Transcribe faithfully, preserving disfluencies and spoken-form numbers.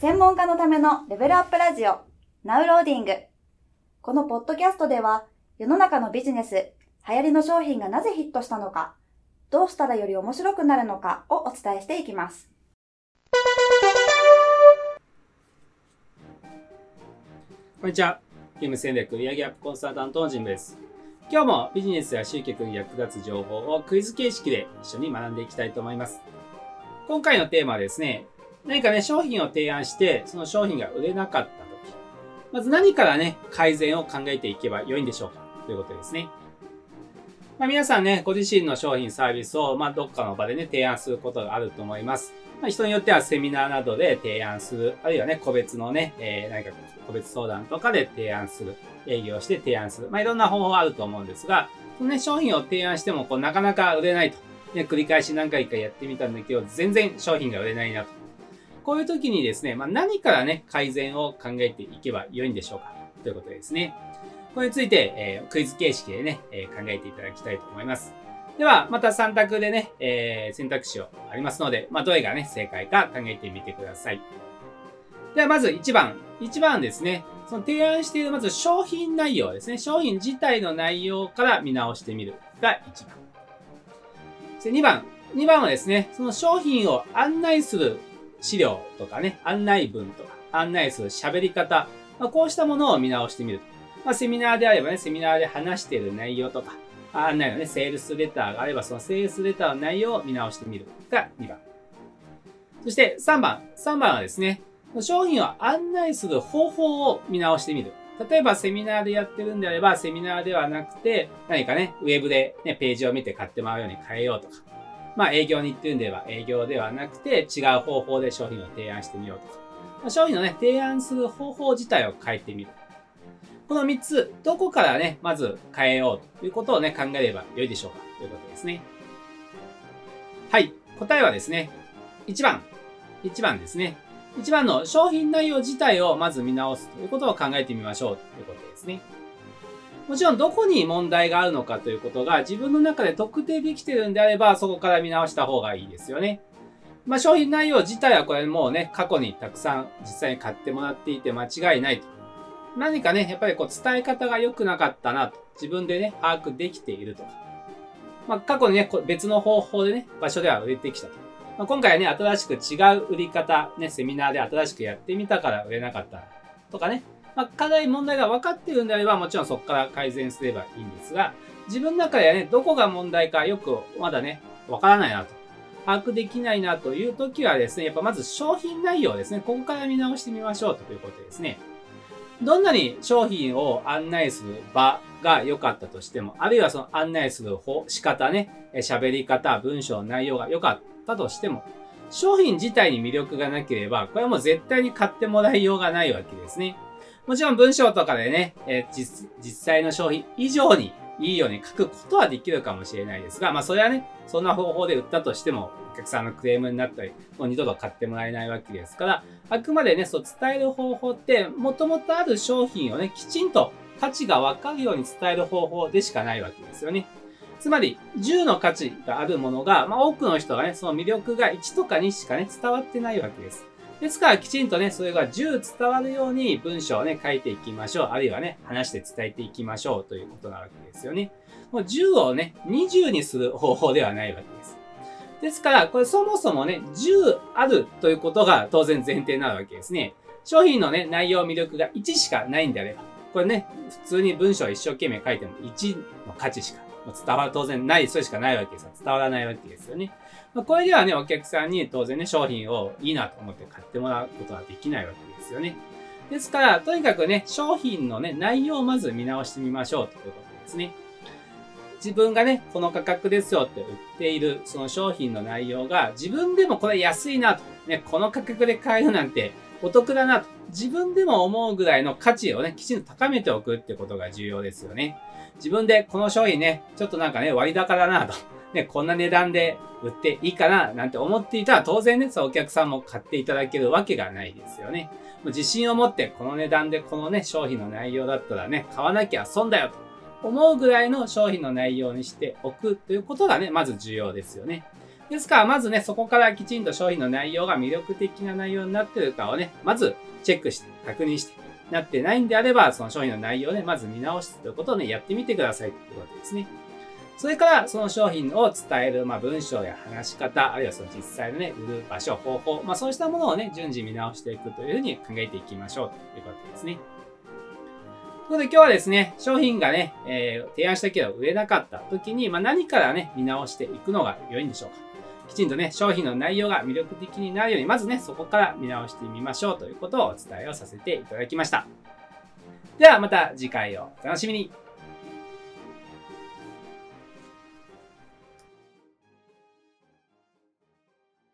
専門家のためのレベルアップラジオ、ナウローディング。このポッドキャストでは、世の中のビジネス、流行りの商品がなぜヒットしたのか、どうしたらより面白くなるのかをお伝えしていきます。 こんにちは。ゲーム戦略売上アップコンサルタントのジムです。今日もビジネスや集客に役立つ情報をクイズ形式で一緒に学んでいきたいと思います。今回のテーマはですね、何かね、商品を提案して、その商品が売れなかったとき、まず何からね、改善を考えていけば良いんでしょうかということですね。まあ、皆さんね、ご自身の商品サービスを、まあ、どっかの場でね、提案することがあると思います。まあ、人によってはセミナーなどで提案する、あるいはね、個別のね、えー、何か個別相談とかで提案する、営業して提案する。まあ、いろんな方法あると思うんですが、そのね、商品を提案しても、こう、なかなか売れないと。ね、繰り返し何回かやってみたんだけど、全然商品が売れないなと。こういう時にですね、まあ、何からね、改善を考えていけば良いんでしょうかということですね。これについて、えー、クイズ形式でね、えー、考えていただきたいと思います。では、またさん択でね、えー、選択肢をありますので、まあ、どれがね、正解か考えてみてください。では、まずいちばん。いちばんですね。その提案している、まず商品内容ですね。商品自体の内容から見直してみるがいちばん。そしてにばん。にばんはですね、その商品を案内する資料とかね、案内文とか、案内する喋り方、まあ、こうしたものを見直してみる。まあ、セミナーであればね、セミナーで話している内容とか、案内のね、セールスレターがあれば、そのセールスレターの内容を見直してみるがにばん。そしてさんばん。さんばんはですね、商品を案内する方法を見直してみる。例えばセミナーでやってるんであれば、セミナーではなくて、何かね、ウェブでね、ページを見て買ってもらうように変えようとか。まあ営業に行ってるんであれば営業ではなくて違う方法で商品を提案してみようとか。まあ、商品のね、提案する方法自体を変えてみる。このみっつ、どこからね、まず変えようということをね、考えれば良いでしょうかということですね。はい。答えはですね、いちばん。いちばんですね。いちばんの商品内容自体をまず見直すということを考えてみましょうということですね。もちろんどこに問題があるのかということが自分の中で特定できているんであればそこから見直した方がいいですよね。まあ商品内容自体はこれもうね、過去にたくさん実際に買ってもらっていて間違いないと。何かね、やっぱりこう伝え方が良くなかったなと。自分でね、把握できているとか。まあ過去にね、別の方法でね、場所では売れてきたと。まあ、今回はね、新しく違う売り方、ね、セミナーで新しくやってみたから売れなかったとかね。まあ、課題、問題が分かっているんであれば、もちろんそこから改善すればいいんですが、自分の中ではね、どこが問題かよくまだね、分からないなと。把握できないなという時はですね、やっぱまず商品内容ですね。ここから見直してみましょうということですね。どんなに商品を案内する場が良かったとしても、あるいはその案内する方、仕方ね、喋り方、文章、内容が良かったとしても、商品自体に魅力がなければ、これはもう絶対に買ってもらいようがないわけですね。もちろん文章とかでね、えー、実、実際の商品以上にいいように書くことはできるかもしれないですが、まあそれはね、そんな方法で売ったとしても、お客さんのクレームになったり、もう二度と買ってもらえないわけですから、あくまでね、そう伝える方法って、もともとある商品をね、きちんと価値がわかるように伝える方法でしかないわけですよね。つまり、じゅうの価値があるものが、まあ多くの人がね、その魅力がいちとかにしかね、伝わってないわけです。ですから、きちんとね、それがじゅう伝わるように文章をね、書いていきましょう。あるいはね、話して伝えていきましょうということなわけですよね。もうじゅうをね、にじゅうにする方法ではないわけです。ですから、これそもそもね、じゅうあるということが当然前提になるわけですね。商品のね、内容魅力がいちしかないんであれば、これね、普通に文章を一生懸命書いてもいちの価値しか伝わる当然ない、それしかないわけですよ。伝わらないわけですよね。まあ、これではね、お客さんに当然ね、商品をいいなと思って買ってもらうことはできないわけですよね。ですから、とにかくね、商品のね、内容をまず見直してみましょうということですね。自分がね、この価格ですよって売っている、その商品の内容が、自分でもこれ安いなと、ね、この価格で買えるなんてお得だなと、自分でも思うぐらいの価値をね、きちんと高めておくってことが重要ですよね。自分でこの商品ね、ちょっとなんかね、割高だなと。ね、こんな値段で売っていいかななんて思っていたら当然ね、そうお客さんも買っていただけるわけがないですよね。もう自信を持ってこの値段でこのね、商品の内容だったらね、買わなきゃ損だよと思うぐらいの商品の内容にしておくということがね、まず重要ですよね。 ですから、まずね、そこからきちんと商品の内容が魅力的な内容になっているかをね、まずチェックして、確認して、なってないんであれば、その商品の内容をね、まず見直すということをね、やってみてくださいということですね。それから、その商品を伝える、まあ、文章や話し方、あるいはその実際のね、売る場所、方法、まあ、そうしたものをね、順次見直していくというふうに考えていきましょうということですね。ということで今日はですね、商品がね、えー、提案したけど売れなかった時に、まあ、何からね、見直していくのが良いんでしょうか。きちんとね、商品の内容が魅力的になるように、まずね、そこから見直してみましょうということをお伝えをさせていただきました。ではまた次回をお楽しみに。